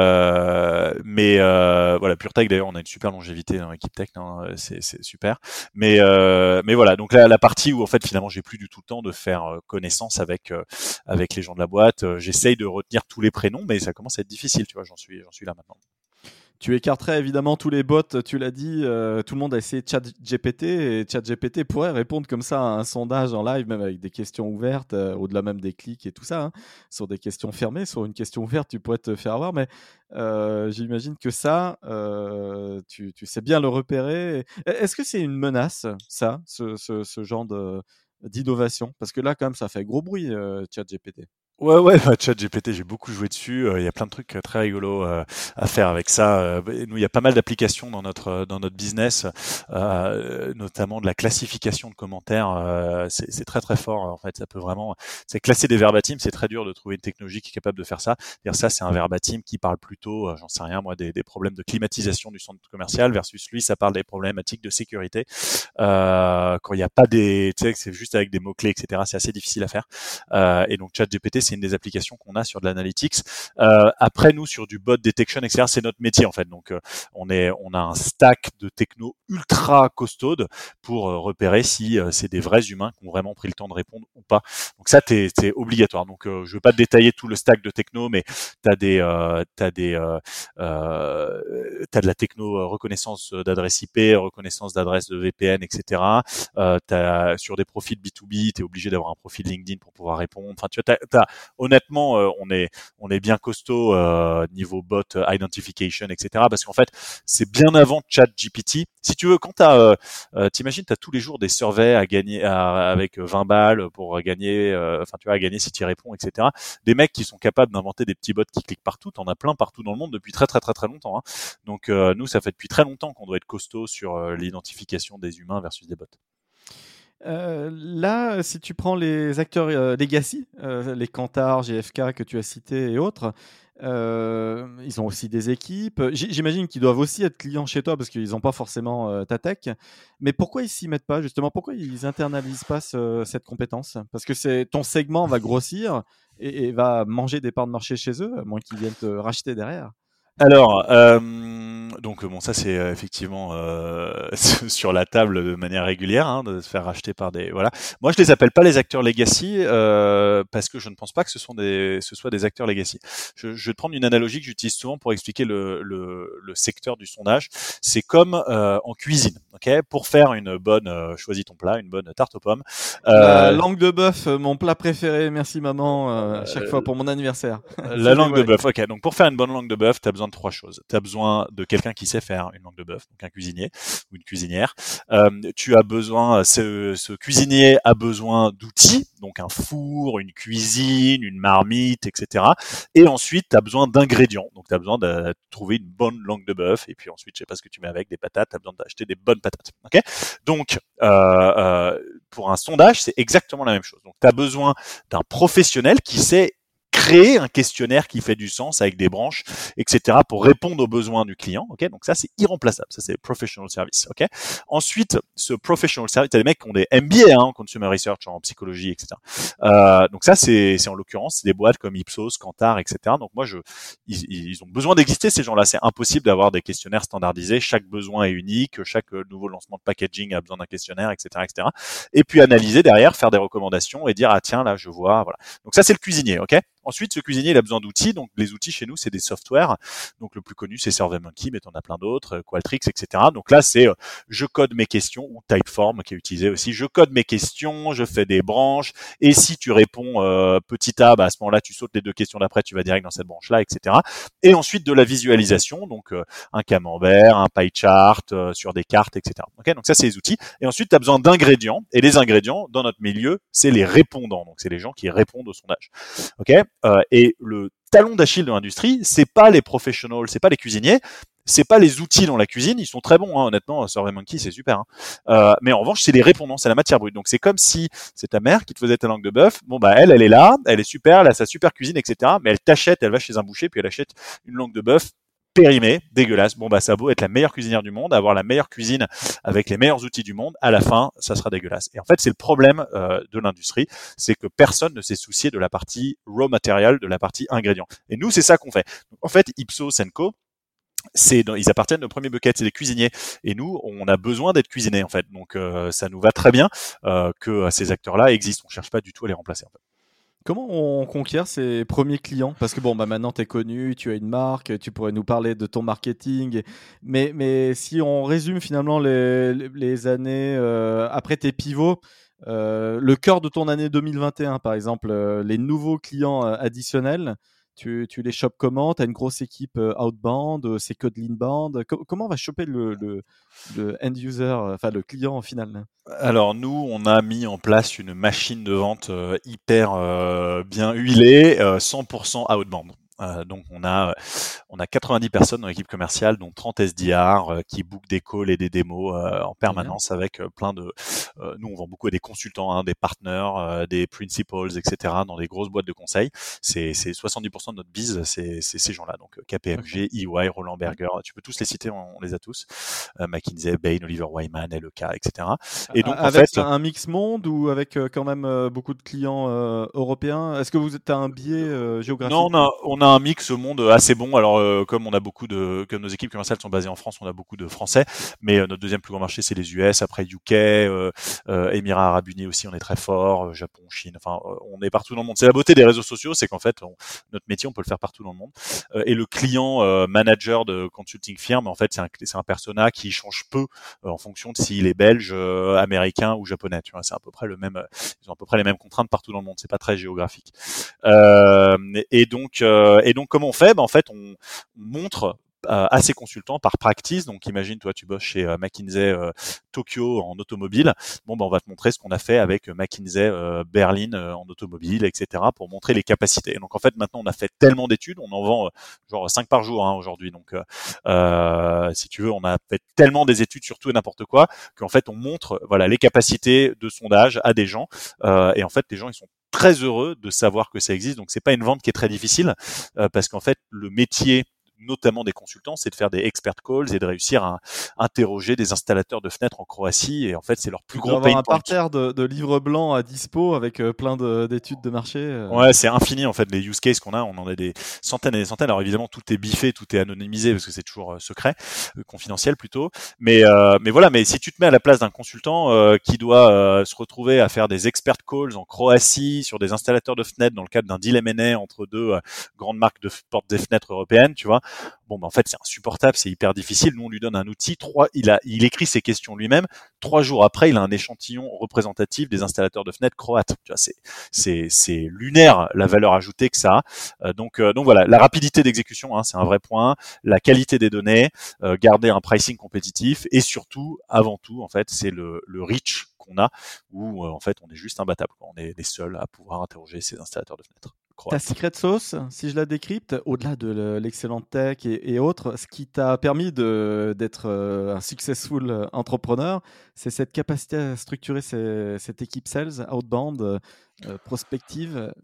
S2: Voilà, Pure Tech d'ailleurs, on a une super longévité dans l'équipe tech, hein, c'est super. Mais voilà, donc là la partie où en fait finalement j'ai plus du tout le temps de faire connaissance avec les gens de la boîte. J'essaye de retenir tous les prénoms, mais ça commence à être difficile, tu vois. J'en suis là maintenant.
S1: tu écarterais évidemment tous les bots, tu l'as dit, tout le monde a essayé ChatGPT et ChatGPT pourrait répondre comme ça à un sondage en live, même avec des questions ouvertes, au-delà même des clics et tout ça, hein, sur des questions fermées. Sur une question ouverte, tu pourrais te faire avoir, mais j'imagine que ça, tu sais bien le repérer. Est-ce que c'est une menace, ça, ce genre d'innovation? Parce que là, quand même, ça fait gros bruit, ChatGPT.
S2: Ouais, bah, ChatGPT, j'ai beaucoup joué dessus. Il y a plein de trucs très rigolos à faire avec ça. Nous, il y a pas mal d'applications dans notre business, notamment de la classification de commentaires. C'est très très fort. En fait, ça peut vraiment, c'est classer des verbatims. C'est très dur de trouver une technologie qui est capable de faire ça. Dire ça, c'est un verbatim qui parle plutôt, j'en sais rien moi, des problèmes de climatisation du centre commercial versus lui, ça parle des problématiques de sécurité. Quand il n'y a pas des, tu sais, que c'est juste avec des mots clés, etc. C'est assez difficile à faire. Et donc ChatGPT, c'est une des applications qu'on a sur de l'analytics. Après, nous, sur du bot detection, etc., c'est notre métier en fait. Donc, on a un stack de techno ultra costaude pour repérer si c'est des vrais humains qui ont vraiment pris le temps de répondre ou pas. Donc ça, t'es obligatoire. Donc, je veux pas te détailler tout le stack de techno, mais t'as de la techno reconnaissance d'adresse IP, reconnaissance d'adresse de VPN, etc. Sur des profils B2B, t'es obligé d'avoir un profil LinkedIn pour pouvoir répondre. Enfin, tu vois, honnêtement, on est bien costaud niveau bot identification, etc. Parce qu'en fait, c'est bien avant ChatGPT. Si tu veux, quand t'imagines, t'as tous les jours des surveys à gagner avec 20 balles pour gagner, enfin tu vois, à gagner si tu y réponds, etc. Des mecs qui sont capables d'inventer des petits bots qui cliquent partout. T'en as plein partout dans le monde depuis très très très très longtemps. Hein. Donc nous, ça fait depuis très longtemps qu'on doit être costaud sur l'identification des humains versus des bots.
S1: Là, si tu prends les acteurs legacy, les Kantar, GFK que tu as cités et autres, ils ont aussi des équipes. J'imagine qu'ils doivent aussi être clients chez toi parce qu'ils n'ont pas forcément ta tech. Mais pourquoi ils s'y mettent pas justement? Pourquoi ils internalisent pas cette compétence? Parce que ton segment va grossir et va manger des parts de marché chez eux, à moins qu'ils viennent te racheter derrière.
S2: Alors, donc bon, ça c'est effectivement sur la table de manière régulière, hein, de se faire racheter par des voilà. Moi, je les appelle pas les acteurs legacy parce que je ne pense pas que ce soit des acteurs legacy. Je vais te prendre une analogie que j'utilise souvent pour expliquer le secteur du sondage. C'est comme en cuisine, ok? Pour faire une bonne, choisis ton plat, une bonne tarte aux pommes.
S1: La langue de bœuf, mon plat préféré. Merci maman, à chaque fois pour mon anniversaire.
S2: La langue de bœuf, ok. Donc pour faire une bonne langue de bœuf, tu as besoin de trois choses. Tu as besoin de quelqu'un qui sait faire une langue de bœuf, donc un cuisinier ou une cuisinière. Tu as besoin, ce cuisinier a besoin d'outils, donc un four, une cuisine, une marmite, etc. Et ensuite, tu as besoin d'ingrédients. Donc tu as besoin de trouver une bonne langue de bœuf. Et puis ensuite, je sais pas ce que tu mets avec, des patates, tu as besoin d'acheter des bonnes patates. Ok. Donc pour un sondage, c'est exactement la même chose. Donc tu as besoin d'un professionnel qui sait créer un questionnaire qui fait du sens avec des branches, etc. pour répondre aux besoins du client. Ok, donc ça c'est irremplaçable. Ça c'est professional service. Ok. Ensuite, ce professional service, t'as des mecs qui ont des MBA en consumer research, en psychologie, etc. Donc ça c'est en l'occurrence c'est des boîtes comme Ipsos, Kantar, etc. Donc moi ils ont besoin d'exister ces gens-là. C'est impossible d'avoir des questionnaires standardisés. Chaque besoin est unique. Chaque nouveau lancement de packaging a besoin d'un questionnaire, etc., etc. Et puis analyser derrière, faire des recommandations et dire ah tiens là je vois voilà. Donc ça c'est le cuisinier. Ok. Ensuite, ce cuisinier, il a besoin d'outils. Donc, les outils chez nous, c'est des softwares. Donc, le plus connu, c'est SurveyMonkey, mais t'en as plein d'autres, Qualtrics, etc. Donc là, c'est je code mes questions ou Typeform qui est utilisé aussi. Je code mes questions, je fais des branches. Et si tu réponds petit a, bah, à ce moment-là, tu sautes les deux questions d'après, tu vas direct dans cette branche-là, etc. Et ensuite, de la visualisation. Donc, un camembert, un pie chart sur des cartes, etc. Okay, donc ça, c'est les outils. Et ensuite, tu as besoin d'ingrédients. Et les ingrédients, dans notre milieu, c'est les répondants. Donc, c'est les gens qui répondent au sondage. Ok. Et le talon d'Achille de l'industrie, c'est pas les professionals, c'est pas les cuisiniers, c'est pas les outils dans la cuisine, ils sont très bons, hein, honnêtement. SurveyMonkey, c'est super. Hein. Mais en revanche, c'est les répondants, c'est la matière brute. Donc c'est comme si c'est ta mère qui te faisait ta langue de bœuf. Bon bah elle est là, elle est super, elle a sa super cuisine, etc. Mais elle t'achète, elle va chez un boucher, puis elle achète une langue de bœuf périmée, dégueulasse. Bon bah ça a beau être la meilleure cuisinière du monde, avoir la meilleure cuisine avec les meilleurs outils du monde, à la fin ça sera dégueulasse. Et en fait c'est le problème de l'industrie, c'est que personne ne s'est soucié de la partie raw material, de la partie ingrédients. Et nous c'est ça qu'on fait. Donc, en fait Ipsos & Co, ils appartiennent au premier bucket, c'est des cuisiniers. Et nous, on a besoin d'être cuisinés en fait. Donc ça nous va très bien que ces acteurs-là existent. On cherche pas du tout à les remplacer. En fait.
S1: Comment on conquiert ses premiers clients? Parce que bon, bah, maintenant tu es connu, tu as une marque, tu pourrais nous parler de ton marketing mais si on résume finalement les années, après tes pivots, le cœur de ton année 2021 par exemple, les nouveaux clients, additionnels, tu les chopes comment? Tu as une grosse équipe, outbound, c'est que de l'inbound? Comment on va choper le end user, enfin le client final?
S2: Alors nous, on a mis en place une machine de vente hyper bien huilée, 100% outbound. Donc on a 90 personnes dans l'équipe commerciale, dont 30 SDR qui bookent des calls et des démos en
S1: Génial.
S2: permanence avec plein de. Nous, on vend beaucoup à des consultants, hein, des partners, des principals, etc. dans des grosses boîtes de conseil. C'est 70% de notre bise, c'est ces gens-là. Donc
S1: OK.
S2: KPMG, EY, Roland
S1: Ouais.
S2: Berger, tu peux tous les citer, on les a tous. McKinsey, Bain, Oliver Wyman, LEK, etc. Et donc, en
S1: Avec
S2: fait,
S1: un mix monde ou avec, quand même, beaucoup de clients, européens? Est-ce que vous êtes un biais,
S2: non,
S1: géographique?
S2: on a un mix au monde assez bon. Alors, comme comme nos équipes commerciales sont basées en France, on a beaucoup de Français, mais notre deuxième plus grand marché, c'est les US, après UK, Émirats Arabes Unis aussi, on est très fort, Japon, Chine, enfin, on est partout dans le monde. C'est la beauté des réseaux sociaux, c'est qu'en fait, notre métier, on peut le faire partout dans le monde. Et le client manager de consulting firm, en fait, c'est un persona qui change peu en fonction de s'il est belge, américain ou japonais. Tu vois, c'est à peu près le même, ils ont à peu près les mêmes contraintes partout dans le monde. C'est pas très géographique. Et donc, comment on fait? En fait, on montre à ces consultants par practice. Donc, imagine, toi, tu bosses chez McKinsey Tokyo en automobile. Bon, on va te montrer ce qu'on a fait avec McKinsey Berlin en automobile, etc., pour montrer les capacités. Donc, en fait, maintenant, on a fait tellement d'études, on en vend genre 5 par jour hein, aujourd'hui. Donc, si tu veux, on a fait tellement des études sur tout et n'importe quoi qu'en fait, on montre voilà les capacités de sondage à des gens. Et en fait, les gens, ils sont très heureux de savoir que ça existe. Donc c'est pas une vente qui est très difficile parce qu'en fait le métier notamment des consultants, c'est de faire des expert calls et de réussir à interroger des installateurs de fenêtres en Croatie. Et en fait, c'est leur plus
S1: Tu dois
S2: gros
S1: avoir
S2: pain
S1: un
S2: point.
S1: parterre de livres blancs à dispo avec, plein d'études de marché.
S2: Ouais, c'est infini en fait les use cases qu'on a. On en a des centaines et des centaines. Alors évidemment, tout est biffé, tout est anonymisé parce que c'est toujours secret, confidentiel plutôt. Mais voilà. Mais si tu te mets à la place d'un consultant qui doit se retrouver à faire des expert calls en Croatie sur des installateurs de fenêtres dans le cadre d'un deal M&A entre deux grandes marques de portes des fenêtres européennes, tu vois. Bon, en fait, c'est insupportable, c'est hyper difficile. Nous, on lui donne un outil. Il écrit ses questions lui-même. 3 jours après, il a un échantillon représentatif des installateurs de fenêtres croates. Tu vois, c'est lunaire la valeur ajoutée que ça a. Donc voilà, la rapidité d'exécution, hein, c'est un vrai point, la qualité des données, garder un pricing compétitif et surtout, avant tout, en fait, c'est le reach qu'on a où en fait on est juste imbattable. On est les seuls à pouvoir interroger ces installateurs de fenêtres
S1: Ta
S2: croates.
S1: secret sauce, si je la décrypte, au-delà de l'excellente tech et autres, ce qui t'a permis d'être, un successful, entrepreneur, c'est cette capacité à structurer cette équipe sales outbound, prospective.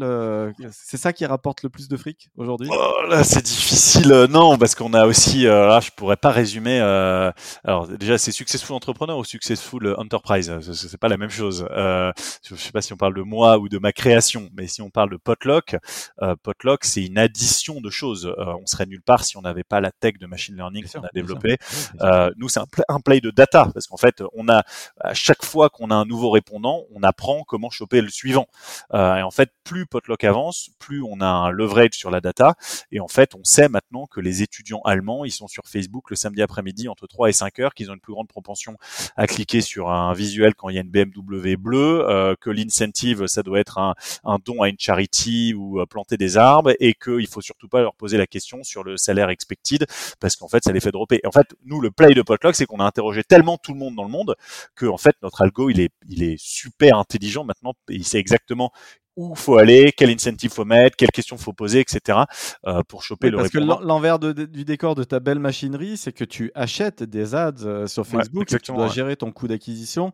S1: C'est ça qui rapporte le plus de fric aujourd'hui?
S2: Oh là, c'est difficile. Non, parce qu'on a aussi, là, je pourrais pas résumer. Alors déjà, c'est successful entrepreneur ou successful enterprise. C'est pas la même chose. Je sais pas si on parle de moi ou de ma création, mais si on parle de Potluck, Potluck, c'est une addition de choses. On serait nulle part si on n'avait pas la tech de machine learning
S1: Bien
S2: qu'on
S1: sûr,
S2: a
S1: bien sûr.
S2: développé.
S1: Oui, bien sûr.
S2: Nous, c'est un play de data, parce qu'en fait, on a à chaque fois qu'on a un nouveau répondant, on apprend comment choper le suivant. Et en fait, plus Potluck avance, plus on a un leverage sur la data. Et en fait, on sait maintenant que les étudiants allemands, ils sont sur Facebook le samedi après-midi entre 3 et 5 heures, qu'ils ont une plus grande propension à cliquer sur un visuel quand il y a une BMW bleue, que l'incentive, ça doit être un don à une charity ou planter des arbres, et qu'il faut surtout pas leur poser la question sur le salaire expected, parce qu'en fait, ça les fait dropper. Et en fait, nous, le play de Potluck, c'est qu'on a interrogé tellement tout le monde dans le monde que en fait, notre algo, il est super intelligent maintenant, et il sait exactement où faut aller, quel incentive faut mettre, quelles questions faut poser, etc. Pour choper
S1: Oui,
S2: le
S1: parce que
S2: répondant.
S1: l'envers du décor de ta belle machinerie, c'est que tu achètes des ads, sur
S2: Ouais,
S1: Facebook et que tu
S2: exactement.
S1: dois
S2: Ouais.
S1: gérer ton coût d'acquisition.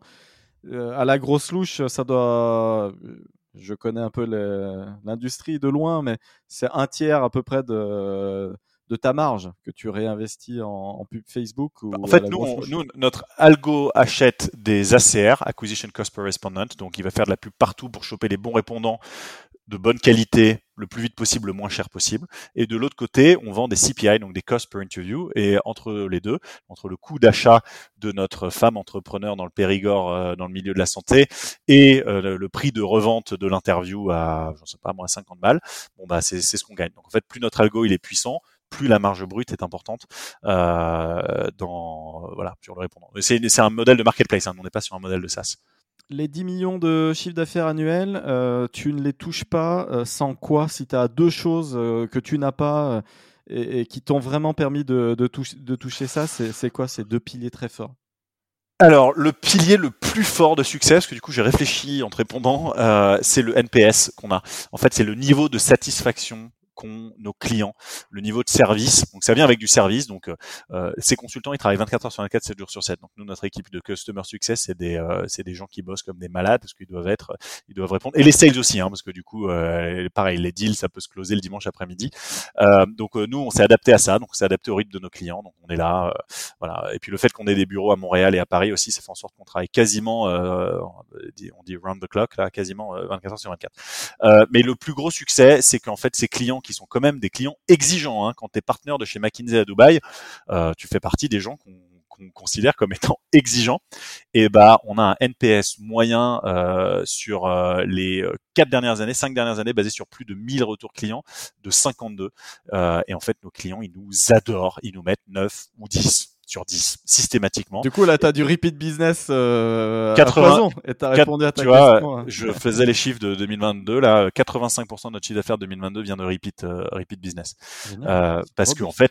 S1: À la grosse louche, ça doit, je connais un peu l'industrie de loin, mais c'est un tiers à peu près de ta marge que tu réinvestis en pub Facebook
S2: En
S1: ou à
S2: fait,
S1: la grosse louche.
S2: notre algo achète des ACR, Acquisition Cost Per Respondent, donc il va faire de la pub partout pour choper les bons répondants de bonne qualité, le plus vite possible, le moins cher possible. Et de l'autre côté, on vend des CPI, donc des cost per interview. Et entre les deux, entre le coût d'achat de notre femme entrepreneur dans le Périgord, dans le milieu de la santé, et le prix de revente de l'interview à, je ne sais pas moi, 50 balles, bon bah c'est ce qu'on gagne. Donc en fait, plus notre algo il est puissant, plus la marge brute est importante voilà, sur le répondant. C'est un modèle de marketplace, hein, on n'est pas sur un modèle de SaaS.
S1: Les 10 millions de chiffre d'affaires annuel, tu ne les touches pas sans quoi? Si tu as deux choses que tu n'as pas et qui t'ont vraiment permis de toucher ça, c'est quoi ces deux piliers très forts?
S2: Alors, le pilier le plus fort de succès, parce que du coup j'ai réfléchi en te répondant, c'est le NPS qu'on a. En fait, c'est le niveau de satisfaction qu'ont nos clients, le niveau de service. Donc ça vient avec du service. Donc ces consultants, ils travaillent 24 heures sur 24, 7 jours sur 7. Donc nous, notre équipe de customer success, c'est des gens qui bossent comme des malades parce qu'ils doivent répondre. Et les sales aussi, hein, parce que du coup, pareil, les deals, ça peut se closer le dimanche après-midi. Donc nous, on s'est adapté à ça. Donc on s'est adapté au rythme de nos clients. Donc on est là. Voilà. Et puis le fait qu'on ait des bureaux à Montréal et à Paris aussi, ça fait en sorte qu'on travaille quasiment, on dit round the clock, là, quasiment 24 heures sur 24. Mais le plus gros succès, c'est qu'en fait, ces clients qui sont quand même des clients exigeants, hein, quand tu es partenaire de chez McKinsey à Dubaï, tu fais partie des gens qu'on considère comme étant exigeants. Et bah, on a un NPS moyen sur les 4 dernières années, 5 dernières années, basé sur plus de 1000 retours clients, de 52. Et en fait, nos clients, ils nous adorent, ils nous mettent 9 ou 10 sur 10 systématiquement.
S1: Du coup, là, tu as du repeat business à
S2: 80,
S1: foison et tu as répondu à ta
S2: tu vois,
S1: question. Hein.
S2: je faisais les chiffres de 2022, là, 85% de notre chiffre d'affaires de 2022 vient de repeat business.
S1: Génial.
S2: Parce qu'en fait,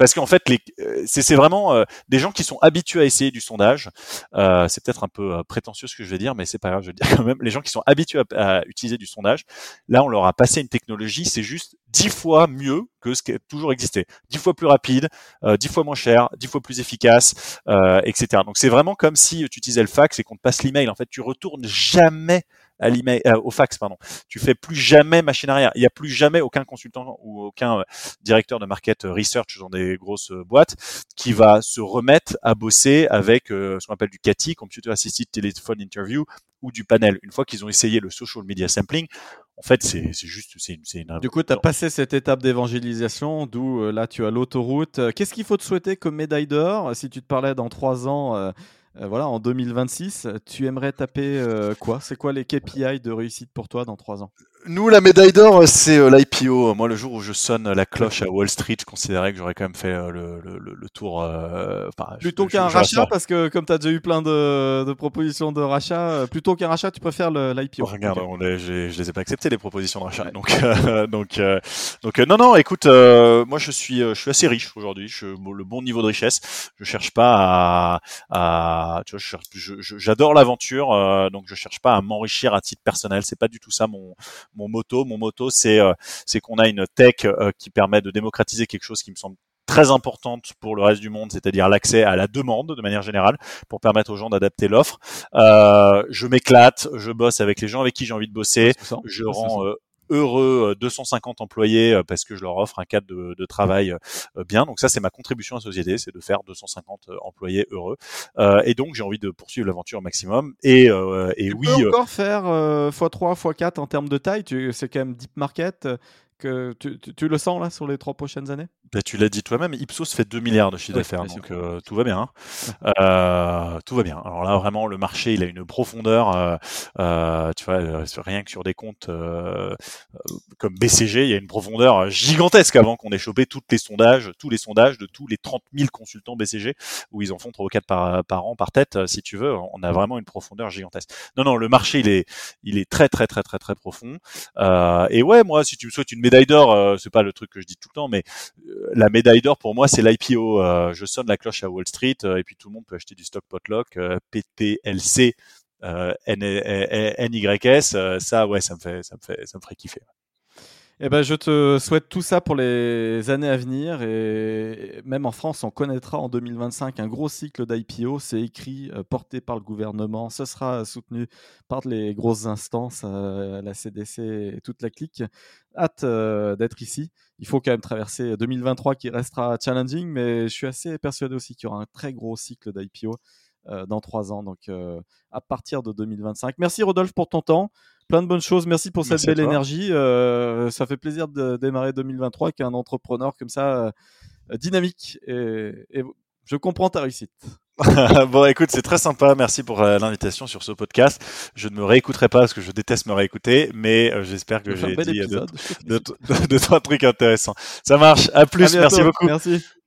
S2: c'est vraiment des gens qui sont habitués à essayer du sondage. C'est peut-être un peu prétentieux ce que je vais dire, mais c'est pas grave, je vais dire quand même. Les gens qui sont habitués à utiliser du sondage, là, on leur a passé une technologie, c'est juste 10 fois mieux que ce qui a toujours existé. 10 fois plus rapide, 10 fois moins cher, 10 fois plus efficace, etc. Donc c'est vraiment comme si tu utilisais le fax et qu'on te passe l'email. En fait, tu retournes jamais à l'email, au fax, pardon. Tu fais plus jamais machine arrière. Il n'y a plus jamais aucun consultant ou aucun directeur de market research dans des grosses boîtes qui va se remettre à bosser avec ce qu'on appelle du CATI, Computer Assisted Telephone Interview, ou du panel. Une fois qu'ils ont essayé le social media sampling, en fait, c'est une...
S1: Du coup, tu as passé cette étape d'évangélisation, d'où là, tu as l'autoroute. Qu'est-ce qu'il faut te souhaiter comme médaille d'or? Si tu te parlais dans 3 ans, voilà, en 2026, tu aimerais taper quoi? C'est quoi les KPI de réussite pour toi dans 3 ans?
S2: Nous, la médaille d'or, c'est l'IPO. Moi, le jour où je sonne la cloche à Wall Street, je considérais que j'aurais quand même fait le tour.
S1: Plutôt qu'un rachat, parce que comme tu as déjà eu plein de propositions de rachat, plutôt qu'un rachat, tu préfères l'IPO.
S2: Regarde,
S1: Okay.
S2: je les ai pas acceptés les propositions de rachat.
S1: Ouais.
S2: Donc non non, écoute, moi je suis assez riche aujourd'hui. Le bon niveau de richesse. Je cherche pas tu vois, j'adore l'aventure, donc je cherche pas à m'enrichir à titre personnel. C'est pas du tout ça mon moto. Mon moto, c'est qu'on a une tech qui permet de démocratiser quelque chose qui me semble très importante pour le reste du monde, c'est-à-dire l'accès à la demande de manière générale, pour permettre aux gens d'adapter l'offre. Je m'éclate, je bosse avec les gens avec qui j'ai envie de bosser, je rends heureux 250 employés parce que je leur offre un cadre de travail bien. Donc ça, c'est ma contribution à la société, c'est de faire 250 employés heureux. Et donc, j'ai envie de poursuivre l'aventure au maximum. Et
S1: Tu
S2: oui,
S1: peux encore faire x3, x4 en termes de taille. C'est quand même deep market. Que tu le sens là sur les 3 prochaines années?
S2: bah, tu l'as dit toi-même, Ipsos fait 2 milliards de chiffre
S1: Oui,
S2: d'affaires,
S1: bien sûr.
S2: donc tout va bien. Hein. Tout va bien. Alors là, vraiment, le marché, il a une profondeur. Tu vois, rien que sur des comptes comme BCG, il y a une profondeur gigantesque avant qu'on ait chopé tous les sondages de tous les 30 000 consultants BCG, où ils en font 3 ou 4 par an, par tête, si tu veux. On a vraiment une profondeur gigantesque. Non, non, le marché, il est très, très, très, très, très profond. Et ouais, moi, si tu me souhaites une médaille d'or, c'est pas le truc que je dis tout le temps, mais la médaille d'or pour moi, c'est l'IPO. Je sonne la cloche à Wall Street et puis tout le monde peut acheter du stock potluck, PTLC, NYS. Ça, ouais, ça me ferait kiffer.
S1: Eh ben, je te souhaite tout ça pour les années à venir et même en France, on connaîtra en 2025 un gros cycle d'IPO. C'est écrit, porté par le gouvernement. Ce sera soutenu par les grosses instances, la CDC et toute la clique. Hâte d'être ici. Il faut quand même traverser 2023 qui restera challenging, mais je suis assez persuadé aussi qu'il y aura un très gros cycle d'IPO dans 3 ans, donc à partir de 2025. Merci Rodolphe pour ton temps. plein de bonnes choses. Merci pour cette
S2: Merci à
S1: belle
S2: toi.
S1: énergie. Ça fait plaisir de démarrer 2023 avec un entrepreneur comme ça, dynamique. Et je comprends ta réussite.
S2: Bon, écoute, c'est très sympa. Merci pour l'invitation sur ce podcast. Je ne me réécouterai pas parce que je déteste me réécouter, mais j'espère que
S1: Ça fait un
S2: j'ai
S1: bel
S2: dit
S1: épisode. Je te félicite.
S2: deux, trois trucs intéressants. Ça marche. À
S1: À
S2: plus. Merci
S1: bientôt.
S2: beaucoup.
S1: Merci.